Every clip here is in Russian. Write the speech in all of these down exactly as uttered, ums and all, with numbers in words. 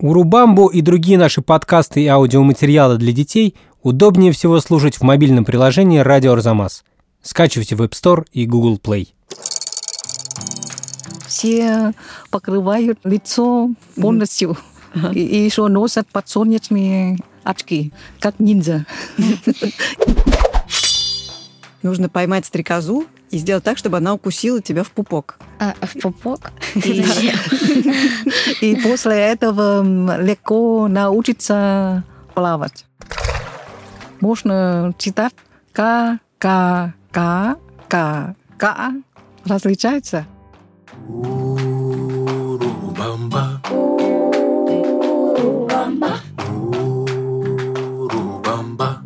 Урубамбу и другие наши подкасты и аудиоматериалы для детей удобнее всего слушать в мобильном приложении «Радио Арзамас». Скачивайте в App Store и Google Play. Все покрывают лицо полностью. Mm-hmm. И, и еще носят подсолнечные очки, как ниндзя. Нужно поймать стрекозу и сделать так, чтобы она укусила тебя в пупок. А, в пупок? И после этого легко научиться плавать. Можно читать К, К, К, К, К. Различается? Урубамба. Урубамба.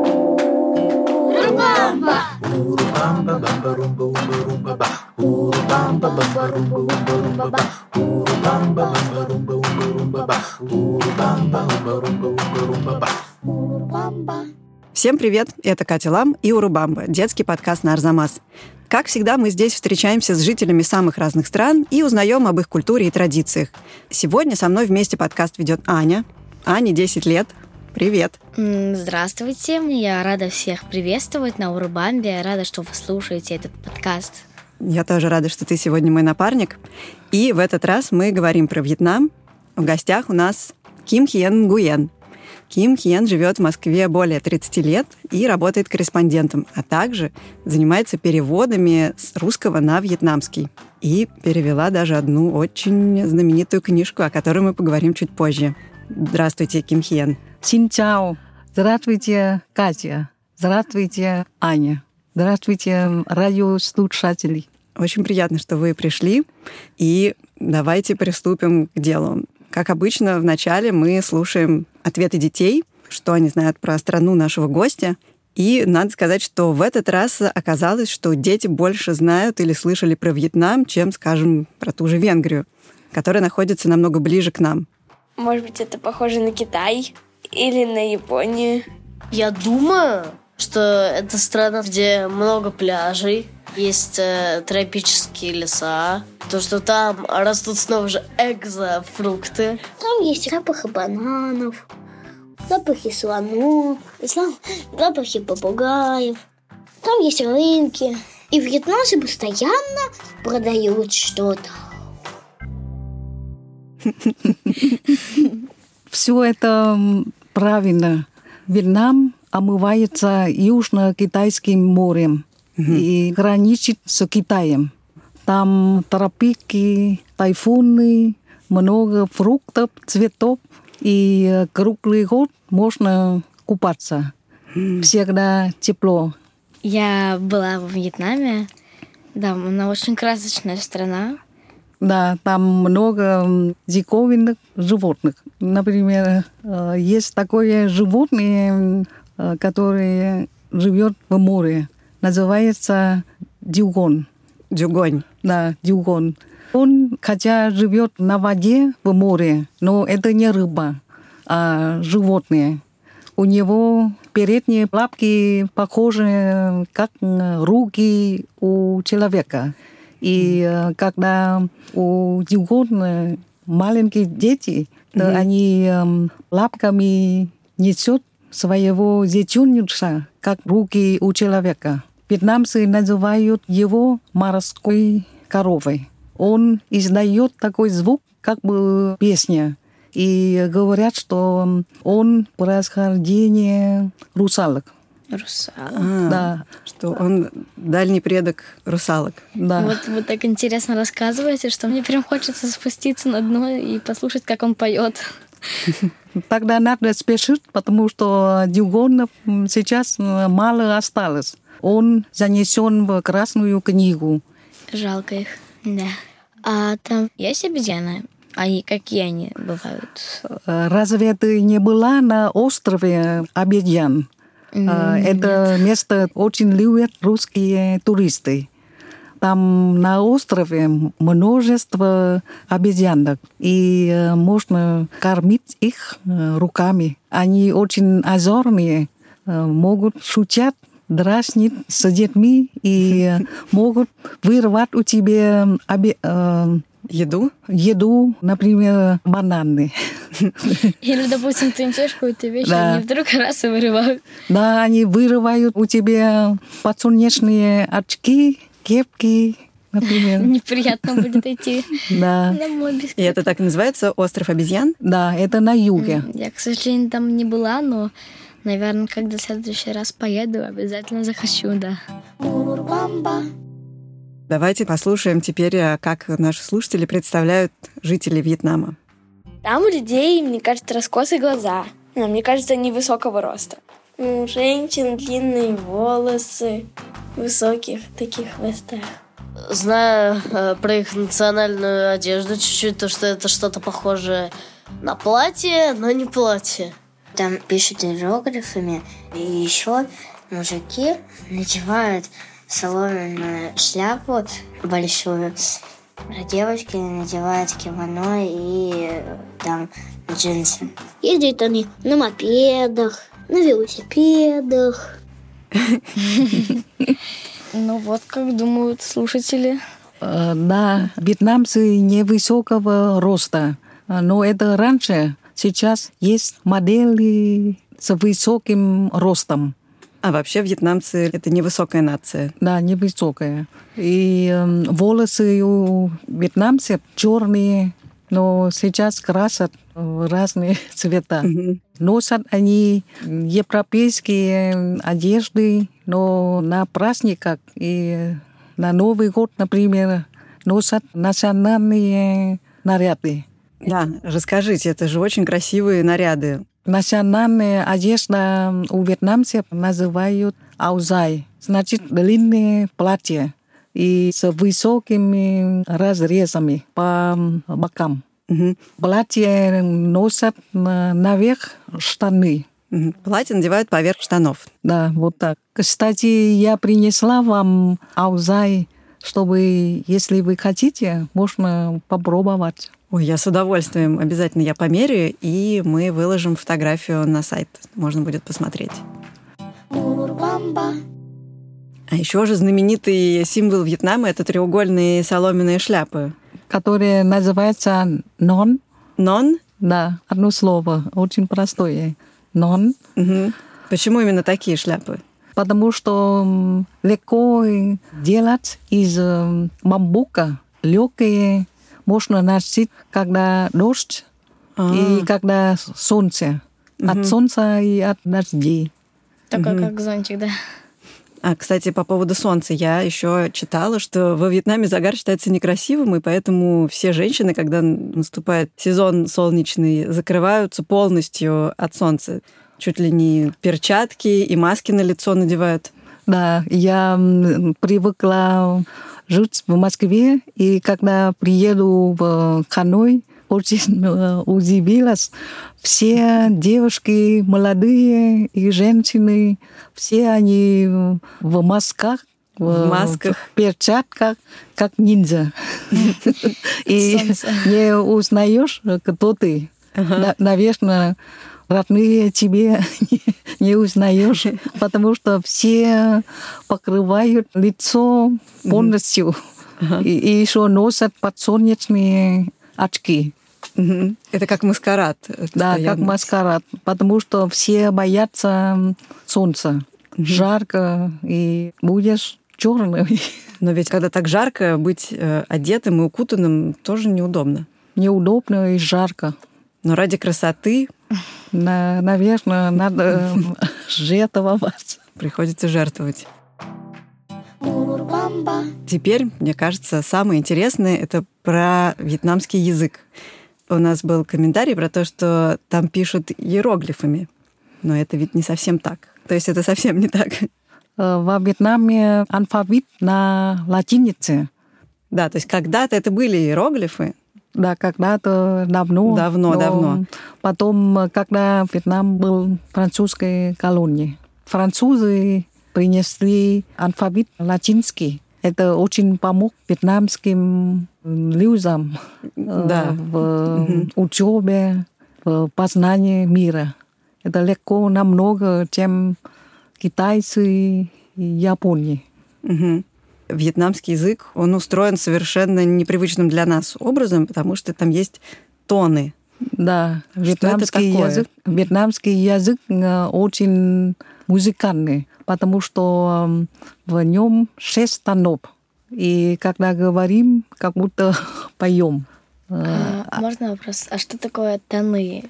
Урубамба. Урубамба, бамба, румба, умба, румба, ба. Урубамба, бамба, румба, умба, румба, ба. Урубамба, бамба, румба, умба, румба, ба. Урубамба, умба, румба, умба, румба, ба. Урубамба. Всем привет, это Катя Лам и Урубамба, детский подкаст на Арзамас. Как всегда, мы здесь встречаемся с жителями самых разных стран и узнаем об их культуре и традициях. Сегодня со мной вместе подкаст ведет Аня. Ане десять лет. Привет. Здравствуйте, я рада всех приветствовать на Урубамбе. Рада, что вы слушаете этот подкаст. Я тоже рада, что ты сегодня мой напарник. И в этот раз мы говорим про Вьетнам. В гостях у нас Ким Хьен Nguyen. Ким Хьен живет в Москве более тридцати лет и работает корреспондентом, а также занимается переводами с русского на вьетнамский. И перевела даже одну очень знаменитую книжку, о которой мы поговорим чуть позже. Здравствуйте, Ким Хьен. Син чао. Здравствуйте, Катя. Здравствуйте, Аня. Здравствуйте, радиослушатели. Очень приятно, что вы пришли. И давайте приступим к делу. Как обычно, вначале мы слушаем ответы детей, что они знают про страну нашего гостя. И надо сказать, что в этот раз оказалось, что дети больше знают или слышали про Вьетнам, чем, скажем, про ту же Венгрию, которая находится намного ближе к нам. Может быть, это похоже на Китай или на Японию? Я думаю, что это страна, где много пляжей, есть э, тропические леса, то, что там растут снова же экзофрукты. Там есть запахи бананов, запахи слонов, запахи попугаев. Там есть рынки. И вьетнамцы постоянно продают что-то. Все это правильно. Вьетнам омывается Южно-Китайским морем mm-hmm. и граничит с Китаем. Там тропики, тайфуны, много фруктов, цветов, и круглый год можно купаться. Mm. Всегда тепло. Я была в Вьетнаме. Да, она очень красочная страна. Да, там много диковинных животных. Например, есть такое животное, которое живет в море. Называется дюгон. Дюгонь. Да, дюгон. Он, хотя живет на воде в море, но это не рыба, а животное. У него передние лапки похожи как руки у человека. И mm. когда у дюгона маленькие дети, mm-hmm. то они э, лапками несут своего детеныша, как руки у человека. Вьетнамцы называют его морской коровой. Он издает такой звук, как бы песня. И говорят, что он происхождение русалок. Русалок. А, да. Что он дальний предок русалок. Да. Вот вы так интересно рассказываете, что мне прям хочется спуститься на дно и послушать, как он поет. Тогда надо спешить, потому что дюгонов сейчас мало осталось. Он занесен в Красную книгу. Жалко их, да. А там есть обезьяны? Они какие они бывают? Разве ты не была на острове обезьян? Mm, Это нет. место очень любят русские туристы. Там на острове множество обезьянок, и можно кормить их руками. Они очень озорные, могут шутить, дразнить с детьми и могут вырвать у тебя обе- Еду? Еду, например, бананы. Или, допустим, ты несешь какую-то вещь, Да. и они вдруг раз и вырывают. Да, они вырывают у тебя подсолнечные очки, кепки, например. Неприятно будет идти Да, домой без И это так и называется «Остров обезьян»? да, это на юге. Я, к сожалению, там не была, но, наверное, когда в следующий раз поеду, обязательно захочу, да. Давайте послушаем теперь, как наши слушатели представляют жителей Вьетнама. Там у людей, мне кажется, раскосые глаза. Но мне кажется, они высокого роста. У женщин длинные волосы, высоких таких хвостах. Знаю э, про их национальную одежду чуть-чуть, то, что это что-то похожее на платье, но не платье. Там пишут иероглифами, и еще мужики надевают соломенную шляпу большую, а девочки надевают кимоно и там джинсы. Ездят они на мопедах, на велосипедах. Ну вот, как думают слушатели. Э, Да, вьетнамцы невысокого роста, но это раньше. Сейчас есть модели с высоким ростом. А вообще вьетнамцы — это невысокая нация. Да, невысокая. И э, волосы у вьетнамцев черные, но сейчас красят в разные цвета. Мгм. Носят они европейские одежды, но на праздниках и на Новый год, например, носят национальные наряды. Да, расскажите, это же очень красивые наряды. Национальная одежда у вьетнамцев называют аузай, значит длинные платья и с высокими разрезами по бокам. Мгм. Платье носят на- наверх штаны. Мгм. Платье надевают поверх штанов. Да, вот так. Кстати, я принесла вам аузай, чтобы, если вы хотите, можно попробовать. Ой, я с удовольствием. Обязательно я померяю, и мы выложим фотографию на сайт. Можно будет посмотреть. А еще же знаменитый символ Вьетнама — это треугольные соломенные шляпы. Которое называется нон. Нон? Да, одно слово, очень простое. Нон. Мгм. Почему именно такие шляпы? Потому что м, легко делать из м, бамбука, легкие, можно носить, когда дождь А. и когда солнце. От солнца и от дождей. Такой, как зонтик, да. А, кстати, по поводу солнца. Я еще читала, что во Вьетнаме загар считается некрасивым, и поэтому все женщины, когда наступает сезон солнечный, закрываются полностью от солнца. Чуть ли не перчатки и маски на лицо надевают. Да, я м, привыкла жить в Москве, и когда приеду в Ханой, очень э, удивилась. Все девушки, молодые и женщины, все они в масках, В масках. в перчатках, как ниндзя. И Солнце. не узнаешь, кто ты. На- Наверное, родные тебе не, не узнаешь, потому что все покрывают лицо полностью. И, и еще носят подсолнечные очки. Мгм. Это как маскарад. Да, как постоянно. маскарад. Потому что все боятся солнца. Жарко, и будешь черный. Но ведь когда так жарко, быть э, одетым и укутанным тоже неудобно. Неудобно и жарко. Но ради красоты На- наверное, надо жертвовать. приходится жертвовать. Теперь, мне кажется, самое интересное — это про вьетнамский язык. У нас был комментарий про то, что там пишут иероглифами. Но это ведь не совсем так. То есть это совсем не так. Э, Во Вьетнаме алфавит на латинице. Да, то есть когда-то это были иероглифы. Да, когда-то давно. Давно, но давно. Потом, когда Вьетнам был французской колонией, французы принесли алфавит латинский. Это очень помог вьетнамским людям э, Да. в учебе, в познании мира. Это легко намного, чем китайцы и Японии. Мгм. вьетнамский язык, он устроен совершенно непривычным для нас образом, потому что там есть тоны. Да, вьетнамский язык, вьетнамский язык очень музыкальный, потому что в нем шесть тонов. И когда говорим, как будто поем. А, можно вопрос? А что такое тоны?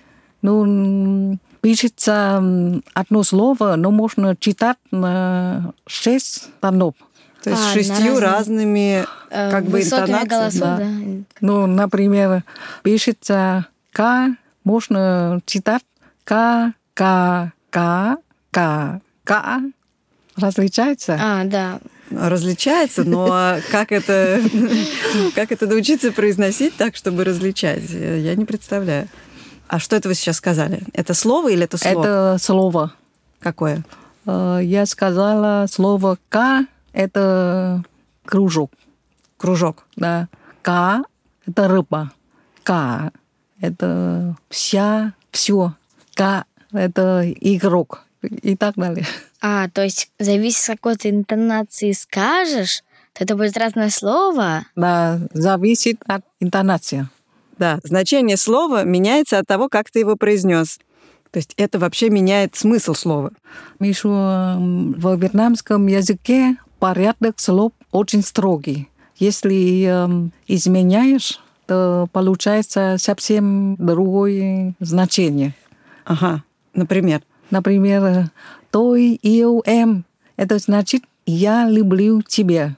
Ну, пишется одно слово, но можно читать на шесть тонов. То есть а, шестью разные, разными как бы интонациями. Голосов, да. Да. Ну, например, пишется К, можно читать К, К, К, К, К. Различается? А, да. Различается, но как это, как это научиться произносить так, чтобы различать, я не представляю. А что это вы сейчас сказали? Это слово или это слово? Это слово. Какое? Я сказала слово «к» – это кружок. Кружок. Да. «К» – это рыба. «К» – это вся, все. «К» – это игрок и так далее. А, то есть зависит, с какой-то интонации скажешь, то это будет разное слово? Да, зависит от интонации. Да, значение слова меняется от того, как ты его произнес. То есть это вообще меняет смысл слова. Еще в вьетнамском языке порядок слов очень строгий. Если э, изменяешь, то получается совсем другое значение. Ага, например? Например, «Tôi yêu em» – это значит «я люблю тебя».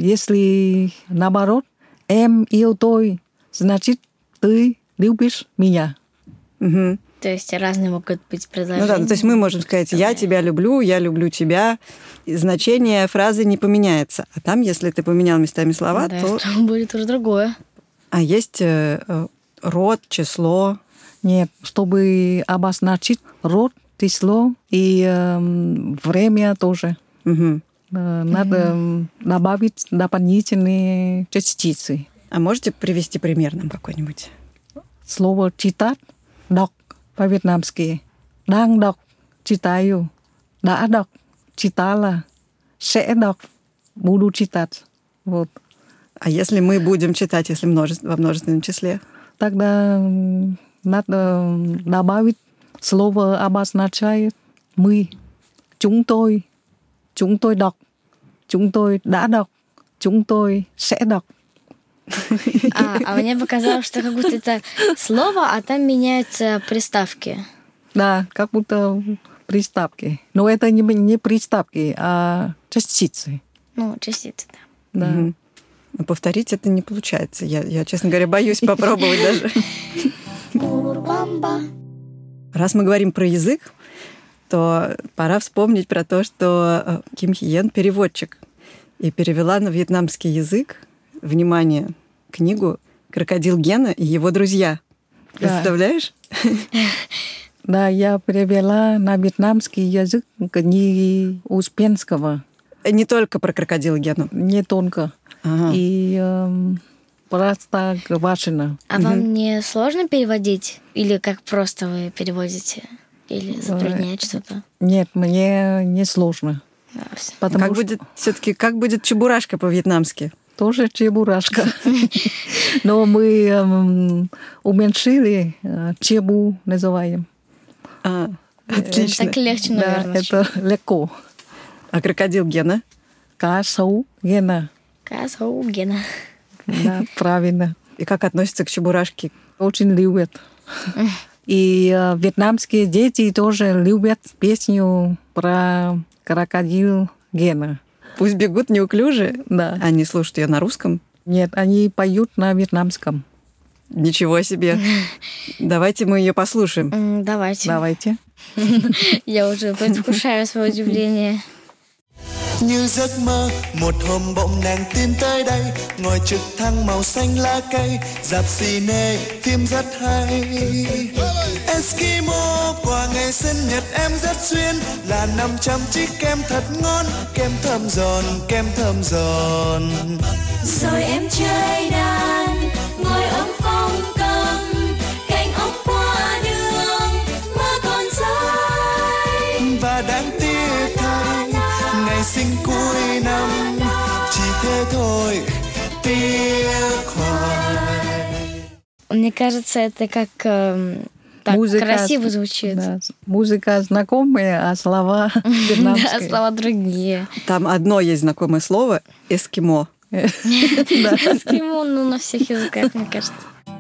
Если наоборот, «em yêu tôi» – значит «ты любишь меня». Угу. То есть разные могут быть предложения. Ну да, ну, то есть мы можем сказать «я тебя люблю», «я люблю тебя». И значение фразы не поменяется. А там, если ты поменял местами слова, да, то... то будет уже другое. А есть э, род, число? Нет, чтобы обозначить род, число и э, время тоже. Угу. Э, надо э, добавить дополнительные частицы. А можете привести пример нам какой-нибудь? Слово «читать» – «đọc» по-вьетнамски. «Đang đọc» – «читаю». «Đã đọc» – «читала». «Sẽ đọc» – «буду читать». Вот. А если мы будем читать, если множество, во множественном числе? Тогда надо добавить слово обозначает «мы». «Chúng tôi», «chúng tôi đọc», «chúng tôi đã đọc», «chúng tôi sẽ đọc». А, а мне показалось, что как будто это слово, а там меняются приставки. Да, как будто приставки. Но это не, не приставки, а частицы. Ну, частицы, да. Да. Угу. Но повторить это не получается. Я, я, честно говоря, боюсь попробовать даже. Раз мы говорим про язык, то пора вспомнить про то, что Ким Хиен переводчик и перевела на вьетнамский язык, внимание, книгу «Крокодил Гена и его друзья». Представляешь? Да, я перевела на вьетнамский язык книги Успенского. Не только про крокодила Гену? Не только. Ага. И э, Простоквашино. А угу. Вам не сложно переводить? Или как просто вы переводите? Или затрудняет что-то? Нет, мне не сложно. Да, Потому как что... будет все-таки как будет чебурашка по-вьетнамски? Тоже чебурашка. Но мы эм, уменьшили, э, чебу называем. А, отлично. Так легче, наверное. Да, это легко. А крокодил Гена? Cá sấu Гена. Cá sấu Гена. Да, правильно. И как относятся к чебурашке? Очень любят. И э, вьетнамские дети тоже любят песню про крокодил Гена. Пусть бегут неуклюже. Да. Они слушают ее на русском? Нет, они поют на вьетнамском. Ничего себе. Давайте мы ее послушаем. Давайте. Давайте. Я уже предвкушаю свое удивление. Như giấc mơ, một hôm bỗng nàng tìm tới đây, ngồi trực thăng màu xanh lá cây, dạp cine phim rất hay. Eskimo qua ngày sinh nhật em rất xuyên, là năm trăm chiếc kem thật ngon, kem thơm giòn, kem thơm giòn. Rồi em chơi đàn, ngồi ôm phong cầm, cành ốc qua đường, mưa còn rơi. Và đáng tiếc thay, ngày sinh cuối năm chỉ thêm thôi tiếc hoài. Мне кажется, это как э, так Музыка, красиво звучит. Да, музыка знакомая, а слова Да, вьетнамские. слова другие. Там одно есть знакомое слово — эскимо. Эскимо, ну, на всех языках, мне кажется.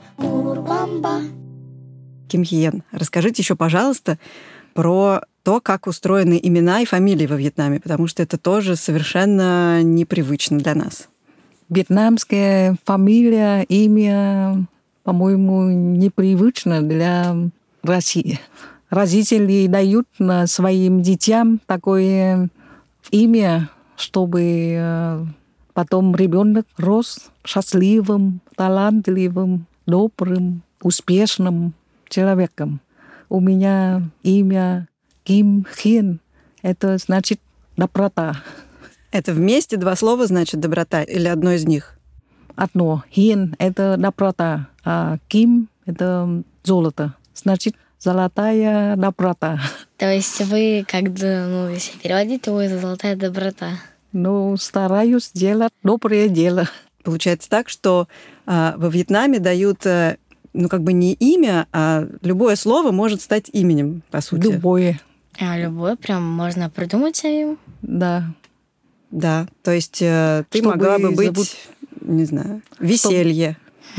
Ким Хиен, расскажите еще, пожалуйста, про то, как устроены имена и фамилии во Вьетнаме, потому что это тоже совершенно непривычно для нас. Вьетнамская фамилия, имя, по-моему, непривычно для России. Родители дают своим детям такое имя, чтобы потом ребенок рос счастливым, талантливым, добрым, успешным человеком. У меня имя Ким Хиен. Это значит доброта. Это вместе два слова значит доброта или одно из них? Одно. Хиен — это доброта, а Ким — это золото. Значит, золотая доброта. То есть вы, когда, ну, если переводить, то это золотая доброта. Ну, стараюсь делать доброе дело. Получается так, что а, во Вьетнаме дают, а, ну, как бы не имя, а любое слово может стать именем, по сути. Любое. А любое прям можно придумать самим? Да. Да, то есть э, ты Чтобы могла бы быть, зовут... не знаю, веселье.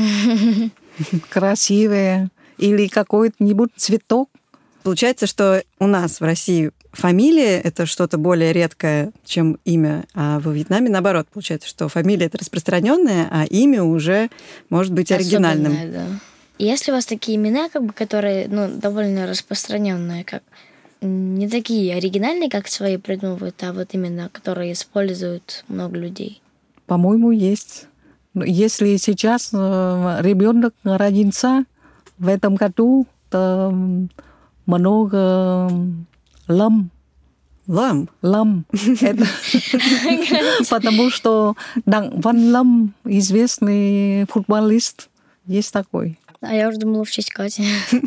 Красивое. Или какой-нибудь цветок. Получается, что у нас в России фамилия — это что-то более редкое, чем имя, а во Вьетнаме наоборот. Получается, что фамилия — это распространенная, а имя уже может быть оригинальным. Особенное, да. Есть ли у вас такие имена, как бы, которые, ну, довольно распространенные, как не такие оригинальные, как свои придумывают, а вот именно, которые используют много людей? По-моему, есть. Если сейчас ребенок родится в этом году, то много Лам. Лам? Лам. Это потому что Đặng Văn Lâm, известный футболист, есть такой. А я уже думала в честь Кати.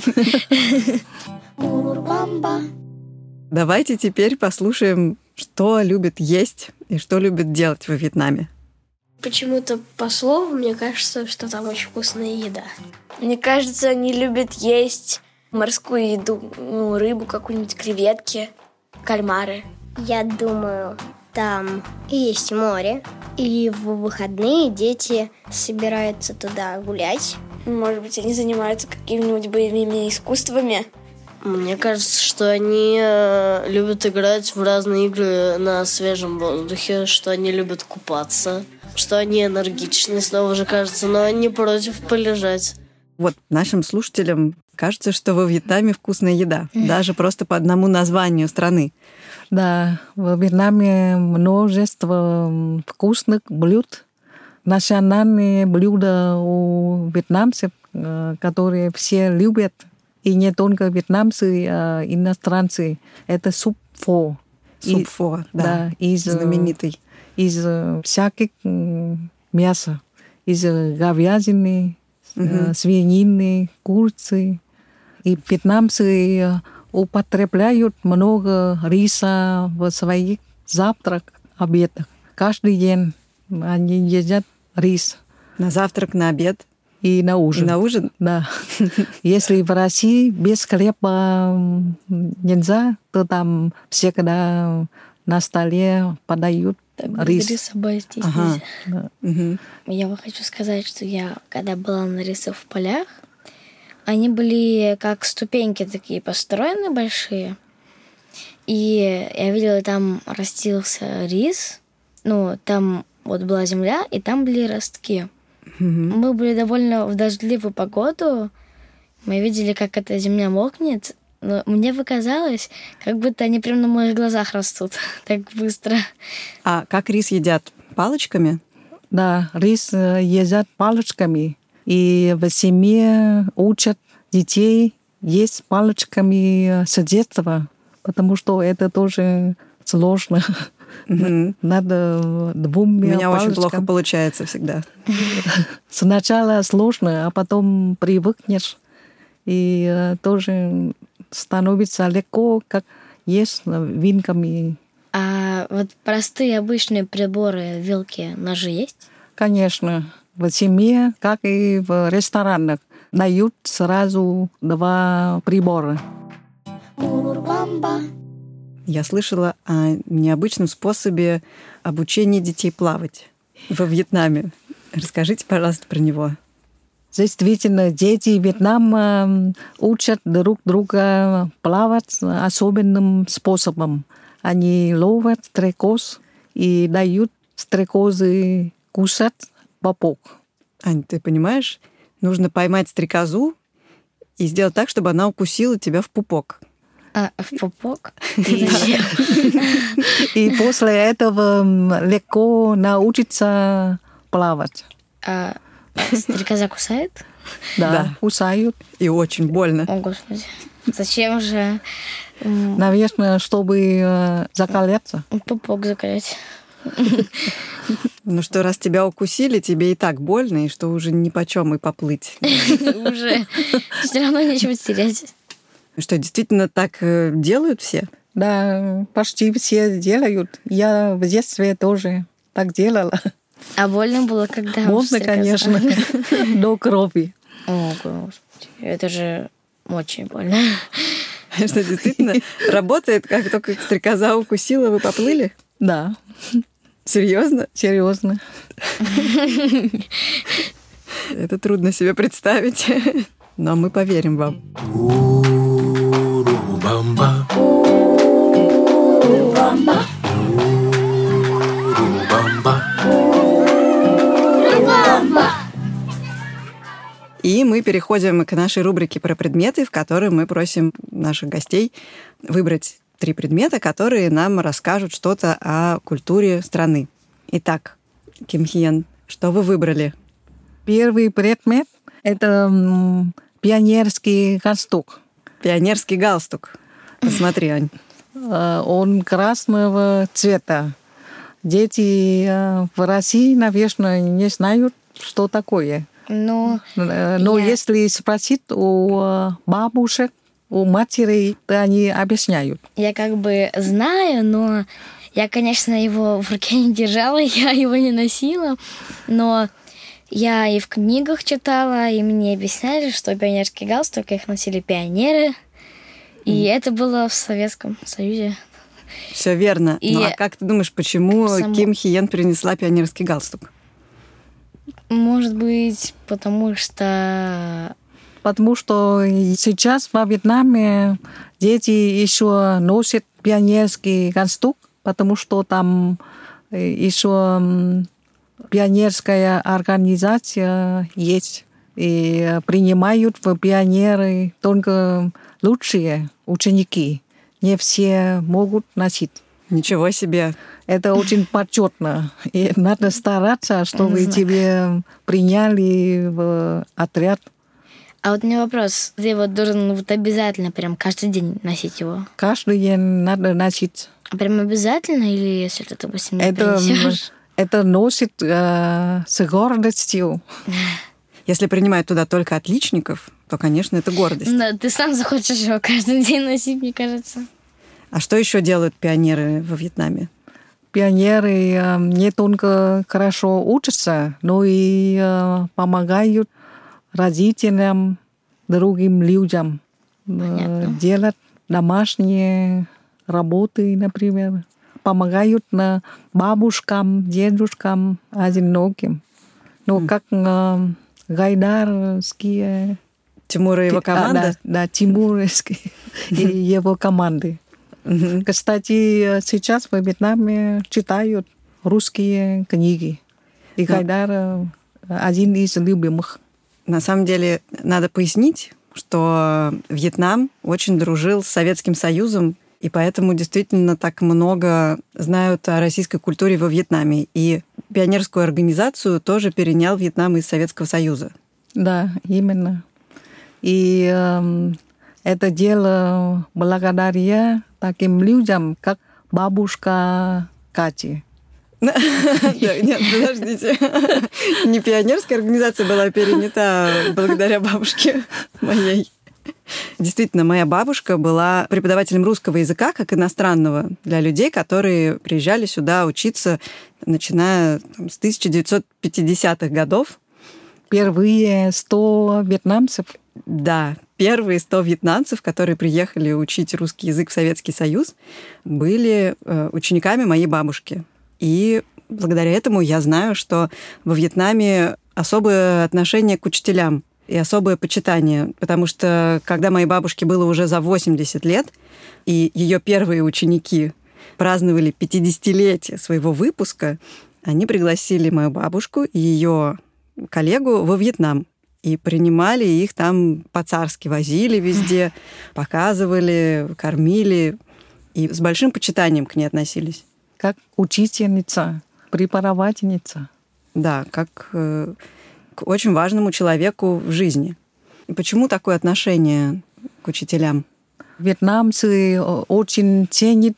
Давайте теперь послушаем, что любит есть и что любит делать во Вьетнаме. Почему-то по слову мне кажется, что там очень вкусная еда. Мне кажется, они любят есть морскую еду, ну, рыбу какую-нибудь, креветки, кальмары. Я думаю, там есть море, и в выходные дети собираются туда гулять. Может быть, они занимаются какими-нибудь боевыми искусствами. Мне кажется, что они любят играть в разные игры на свежем воздухе, что они любят купаться, что они энергичны, снова же кажется, но они против полежать. Вот нашим слушателям кажется, что во Вьетнаме вкусная еда, даже просто по одному названию страны. Да, в Вьетнаме множество вкусных блюд. Национальные блюда у вьетнамцев, которые все любят, и не только вьетнамцы, а иностранцы, это суп фо. Суп фо, да, да, из, знаменитый. Из всяких мяса, из говядины, угу. свинины, курицы. И вьетнамцы употребляют много риса в своих завтраках, обедах. Каждый день они едят рис. На завтрак, на обед? И на ужин. И на ужин? Да. Если в России без хлеба нельзя, то там всегда на столе подают так, рис. Рис здесь ага. Да. Угу. Я вам хочу сказать, что я, когда была на рисах в полях, они были как ступеньки такие построены большие. И я видела, там растился рис. Ну, там вот была земля, и там были ростки. Mm-hmm. Мы были довольно в дождливую погоду. Мы видели, как эта земля мокнет. Но мне показалось, как будто они прямо на моих глазах растут так быстро. А как рис едят? Палочками? Да, рис едят палочками. И в семье учат детей есть палочками с детства, потому что это тоже сложно. Mm-hmm. Надо двумя У меня палочками. очень плохо получается всегда. Сначала сложно, а потом привыкнешь. И тоже становится легко, как есть вилками. А вот простые обычные приборы, вилки, ножи есть? Конечно. В семье, как и в ресторанах, дают сразу два прибора. Я слышала о необычном способе обучения детей плавать во Вьетнаме. Расскажите, пожалуйста, про него. Действительно, дети Вьетнама учат друг друга плавать особенным способом. Они ловят стрекоз и дают стрекозы кусать попок. Ань, ты понимаешь, нужно поймать стрекозу и сделать так, чтобы она укусила тебя в пупок. А, в пупок? И после этого легко научиться плавать. А стрекоза кусает? Да, кусают. И очень больно. О, Господи. Зачем же? Наверное, чтобы закаляться. Пупок закалять. Ну что, раз тебя укусили, тебе и так больно, и что уже нипочем и поплыть. Уже все равно нечего терять. Что, действительно так делают все? Да, почти все делают. Я в детстве тоже так делала. А больно было, когда... Можно, конечно, до крови. О, Господи, это же очень больно. Что, действительно работает, как только стрекоза укусила, вы поплыли? Да. Серьезно? Серьезно. Это трудно себе представить, но мы поверим вам. Урубамба. Урубамба. Урубамба. Урубамба. И мы переходим к нашей рубрике про предметы, в которой мы просим наших гостей выбрать три предмета, которые нам расскажут что-то о культуре страны. Итак, Ким Хиен, что вы выбрали? Первый предмет – это пионерский галстук. Пионерский галстук. Посмотри, Ань. Он красного цвета. Дети в России, наверное, не знают, что такое. Но, Но я... если спросить у бабушек, у матерей, то они объясняют. Я как бы знаю, но я, конечно, его в руке не держала, я его не носила, но я и в книгах читала, и мне объясняли, что пионерский галстук их носили пионеры, и mm. это было в Советском Союзе. Все верно. И ну а как ты думаешь, почему само... Ким Хиен принесла пионерский галстук? Может быть, потому что... Потому что сейчас во Вьетнаме дети еще носят пионерский галстук, потому что там еще пионерская организация есть. И принимают в пионеры только лучшие ученики. Не все могут носить. Ничего себе. Это очень почетно. И надо стараться, чтобы тебе приняли в отряд. А вот у меня вопрос. Ты вот должен вот обязательно прям каждый день носить его? Каждый день надо носить. А прям обязательно? Или если ты, допустим, не это, принесешь? Это носит э, с гордостью. Если принимают туда только отличников, то, конечно, это гордость. Да, ты сам захочешь его каждый день носить, мне кажется. А что еще делают пионеры во Вьетнаме? Пионеры э, не только хорошо учатся, но и э, помогают родителям, другим людям э, делать домашние работы, например. Помогают на бабушкам, дедушкам, одиноким. Ну, mm. как э, гайдарские... Тимур и его команда? А, да, да, Тимур и его команды. Кстати, сейчас в Вьетнаме читают русские книги. И Гайдар один из любимых. На самом деле, надо пояснить, что Вьетнам очень дружил с Советским Союзом, и поэтому действительно так много знают о российской культуре во Вьетнаме. И пионерскую организацию тоже перенял Вьетнам из Советского Союза. Да, именно. И э, это дело благодаря таким людям, как бабушка Кати. Нет, подождите. Не пионерская организация была перенята благодаря бабушке моей. Действительно, моя бабушка была преподавателем русского языка как иностранного для людей, которые приезжали сюда учиться, начиная там, с тысяча девятьсот пятидесятых годов. Первые сто вьетнамцев. Да, первые сто вьетнамцев, которые приехали учить русский язык в Советский Союз, были э, учениками моей бабушки. И благодаря этому я знаю, что во Вьетнаме особое отношение к учителям и особое почитание, потому что когда моей бабушке было уже за восемьдесят лет, и ее первые ученики праздновали пятидесятилетие своего выпуска, они пригласили мою бабушку и ее коллегу во Вьетнам. И принимали их там по-царски, возили везде, показывали, кормили. И с большим почитанием к ней относились. Как учительница, преподавательница. Да, как э, к очень важному человеку в жизни. И почему такое отношение к учителям? Вьетнамцы очень ценят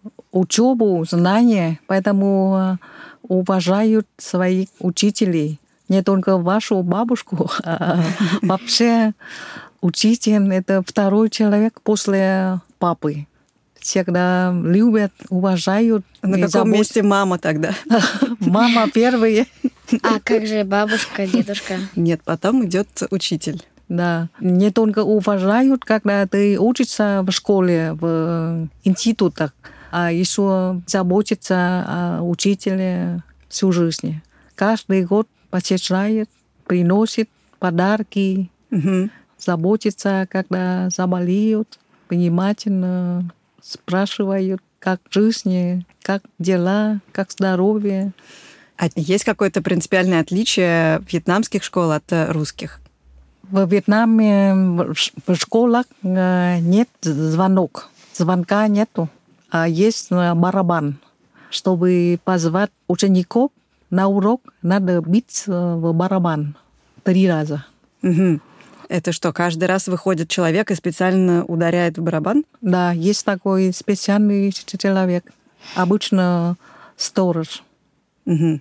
учебу, знания, поэтому уважают своих учителей. Не только вашу бабушку, а вообще учитель — это второй человек после папы. Всегда любят, уважают. На каком забот... месте мама тогда? Мама первая. А как же бабушка, дедушка? Нет, потом идет учитель. Да. Не только уважают, когда ты учишься в школе, в институтах, а еще заботятся о учителе всю жизнь. Каждый год посещает, приносит подарки, угу. заботится, когда заболеют, внимательно спрашивают, как жизнь, как дела, как здоровье. А есть какое-то принципиальное отличие вьетнамских школ от русских? В Вьетнаме в школах нет звонок, звонка нету, а есть барабан. Чтобы позвать учеников на урок, надо бить в барабан три раза. Угу. Это что, каждый раз выходит человек и специально ударяет в барабан? Да, есть такой специальный человек. Обычно сторож. Угу.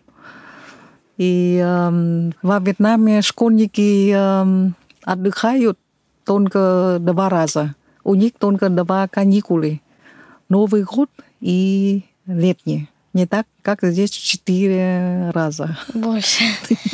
И э, во Вьетнаме школьники э, отдыхают только два раза. У них только два каникулы. Новый год и летний. Не так, как здесь четыре раза. Больше.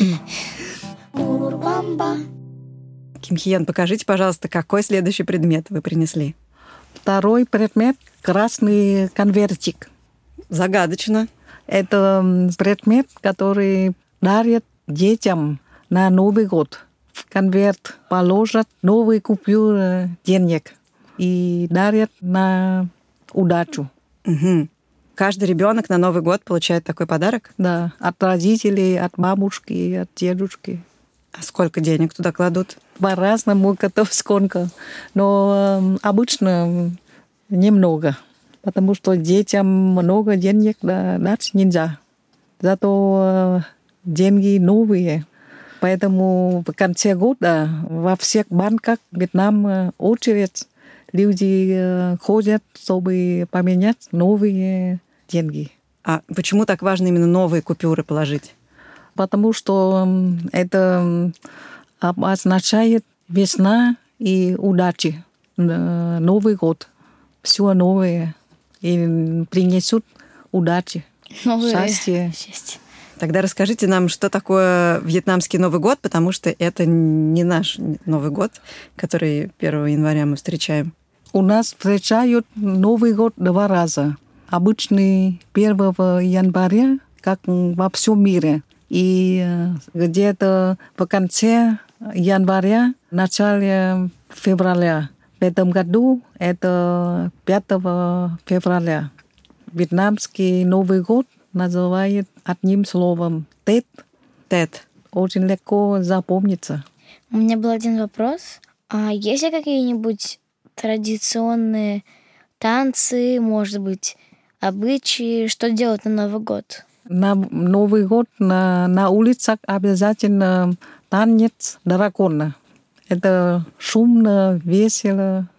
Ким Хи Йен, покажите, пожалуйста, какой следующий предмет вы принесли? Второй предмет — красный конвертик. Загадочно. Это предмет, который дарят детям на Новый год. В конверт положат новые купюры денег и дарят на удачу. Угу. Каждый ребенок на Новый год получает такой подарок? Да, от родителей, от бабушки, от дедушки. А сколько денег туда кладут? По-разному, кто сколько. Но э, обычно немного, потому что детям много денег дать нельзя. Зато э, деньги новые. Поэтому в конце года во всех банках Вьетнама очередь. Люди э, ходят, чтобы поменять новые деньги. А почему так важно именно новые купюры положить? Потому что это означает весна и удачи. Новый год. Все новое. И принесут удачи. Новое счастье. счастье. Тогда расскажите нам, что такое вьетнамский Новый год, потому что это не наш Новый год, который первого января мы встречаем. У нас встречают Новый год два раза. Обычный первого января, как во всем мире. И где-то в конце января, начале февраля. В этом году это пятого февраля. Вьетнамский Новый год называют одним словом Тет. Тет. Очень легко запомнится. У меня был один вопрос. А есть ли какие-нибудь традиционные танцы, может быть, обычаи, что делать на Новый год? На Новый год на, на улицах обязательно танец дракона. Это шумно, весело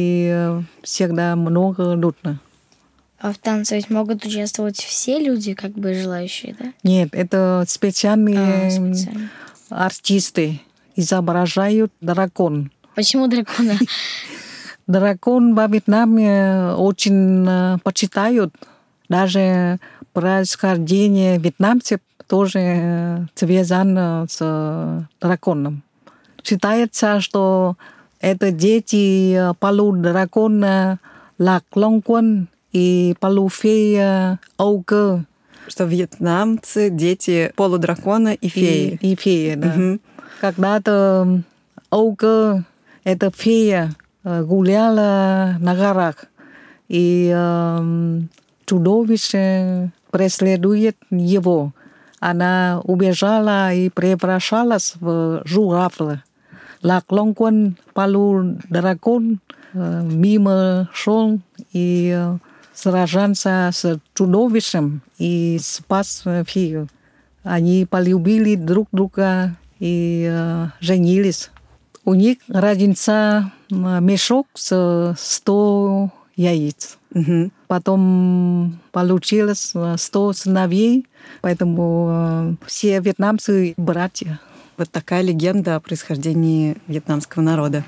и всегда много людно. А в танце ведь могут участвовать все люди, как бы желающие, да? Нет, это специальные а, специально. артисты изображают дракон. Почему дракона? Дракон во Вьетнаме очень почитают. Даже происхождение вьетнамцев тоже связано с драконом. Считается, что это дети полудракона Lạc Long Quân и полуфея Âu Cơ. Что вьетнамцы дети полудракона и феи. И, и феи, да. Угу. Когда-то Âu Cơ, эта фея, гуляла на горах. И э, чудовище преследует его. Она убежала и превращалась в журавля. Lạc Long Quân, полудракон, э, мимо шел и э, сражался с чудовищем и спас фею. Они полюбили друг друга и э, женились. У них родился мешок с сто яиц. Угу. Потом получилось сто сыновей, поэтому э, все вьетнамцы братья. Вот такая легенда о происхождении вьетнамского народа.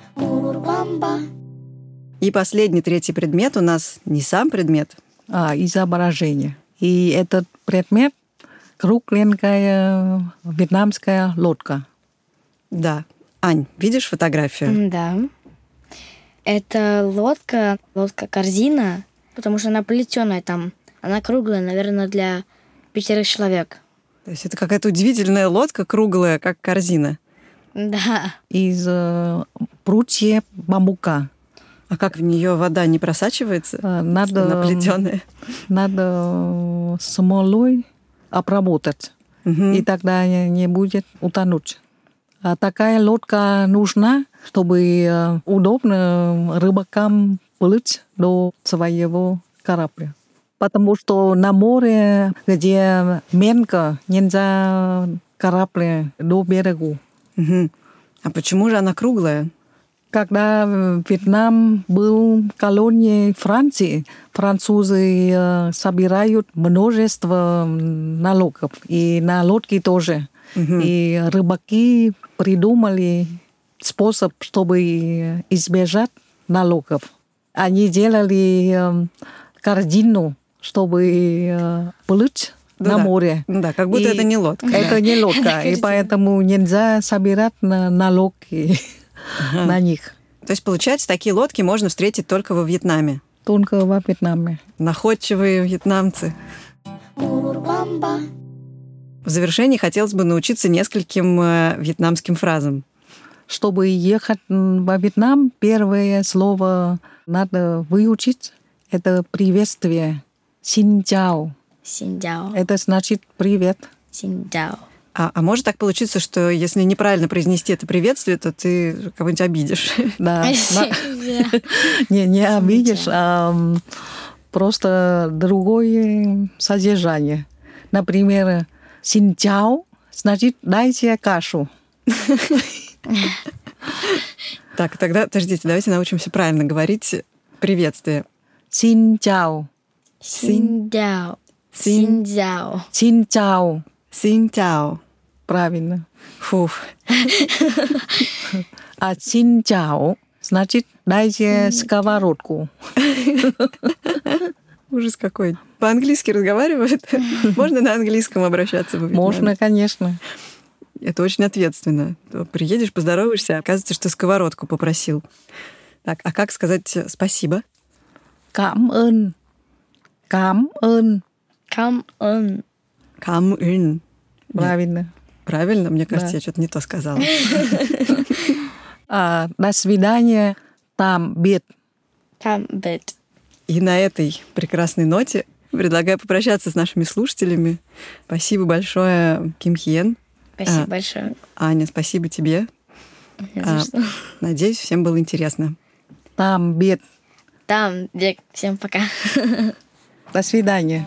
И последний, третий предмет у нас не сам предмет, а изображение. И этот предмет — кругленькая вьетнамская лодка. Да. Ань, видишь фотографию? Да. Это лодка, лодка-корзина, потому что она плетеная там. Она круглая, наверное, для пятерых человек. То есть это какая-то удивительная лодка, круглая, как корзина. Да. Из э, прутьев бамбука. А как в нее вода не просачивается? Надо, она плетеная. Надо смолой обработать, угу. и тогда не будет утонуть. А такая лодка нужна, чтобы удобно рыбакам плыть до своего корабля. Потому что на море, где меньше, нельзя корабль до берегу. Угу. А почему же она круглая? Когда Вьетнам был колонией Франции, французы собирают множество налогов. И на лодке тоже. Угу. И рыбаки придумали способ, чтобы избежать налогов. Они делали корзину, чтобы плыть да, на да. море. Да, как будто и это не лодка. Это да. не лодка, и поэтому нельзя собирать налоги ага. на них. То есть, получается, такие лодки можно встретить только во Вьетнаме? Только во Вьетнаме. Находчивые вьетнамцы. В завершении хотелось бы научиться нескольким вьетнамским фразам. Чтобы ехать во Вьетнам, первое слово надо выучить. Это приветствие. Xin chào. Xin chào. Это значит привет. Xin chào. А, а может так получиться, что если неправильно произнести это приветствие, то ты кого-нибудь обидишь? Да. Не, не обидишь, а просто другое содержание. Например, xin chào значит дайте кашу. Так, тогда, подождите, давайте научимся правильно говорить приветствие. Xin chào. Xin chào. Xin chào. Xin chào. Xin chào. Правильно. Фух. А xin chào значит дайте сковородку. Ужас какой. По-английски разговаривают? Можно на английском обращаться в Вьетнаме? Можно, конечно. Это очень ответственно. Приедешь, поздороваешься, оказывается, что сковородку попросил. Так, а как сказать спасибо? Cảm ơn. Cảm ơn. Cảm ơn. Cảm ơn. Правильно. Правильно? Мне кажется, да. я что-то не то сказала. А, до свидания. Там бед. Там бед. И на этой прекрасной ноте предлагаю попрощаться с нашими слушателями. Спасибо большое, Ким Хиен. Спасибо а, большое. Аня, спасибо тебе. А, надеюсь, всем было интересно. Там бед. Там бед. Всем пока. До свидания.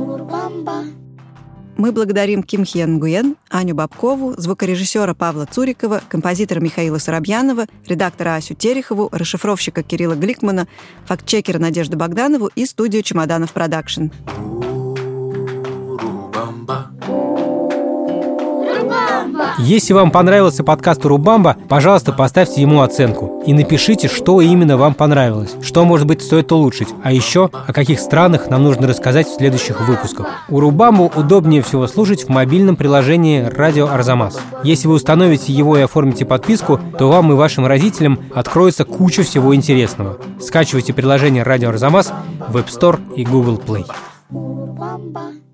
Мы благодарим Ким Хиен Нгуен, Аню Бабкову, звукорежиссера Павла Цурикова, композитора Михаила Соробьянова, редактора Асю Терехову, расшифровщика Кирилла Гликмана, фактчекера Надежду Богданову и студию «Чемоданов Продакшн». Рубамба. Если вам понравился подкаст Урубамба, пожалуйста, поставьте ему оценку и напишите, что именно вам понравилось, что, может быть, стоит улучшить, а еще о каких странах нам нужно рассказать в следующих выпусках. Урубамбу удобнее всего слушать в мобильном приложении «Радио Арзамас». Если вы установите его и оформите подписку, то вам и вашим родителям откроется куча всего интересного. Скачивайте приложение «Радио Арзамас» в App Store и Google Play.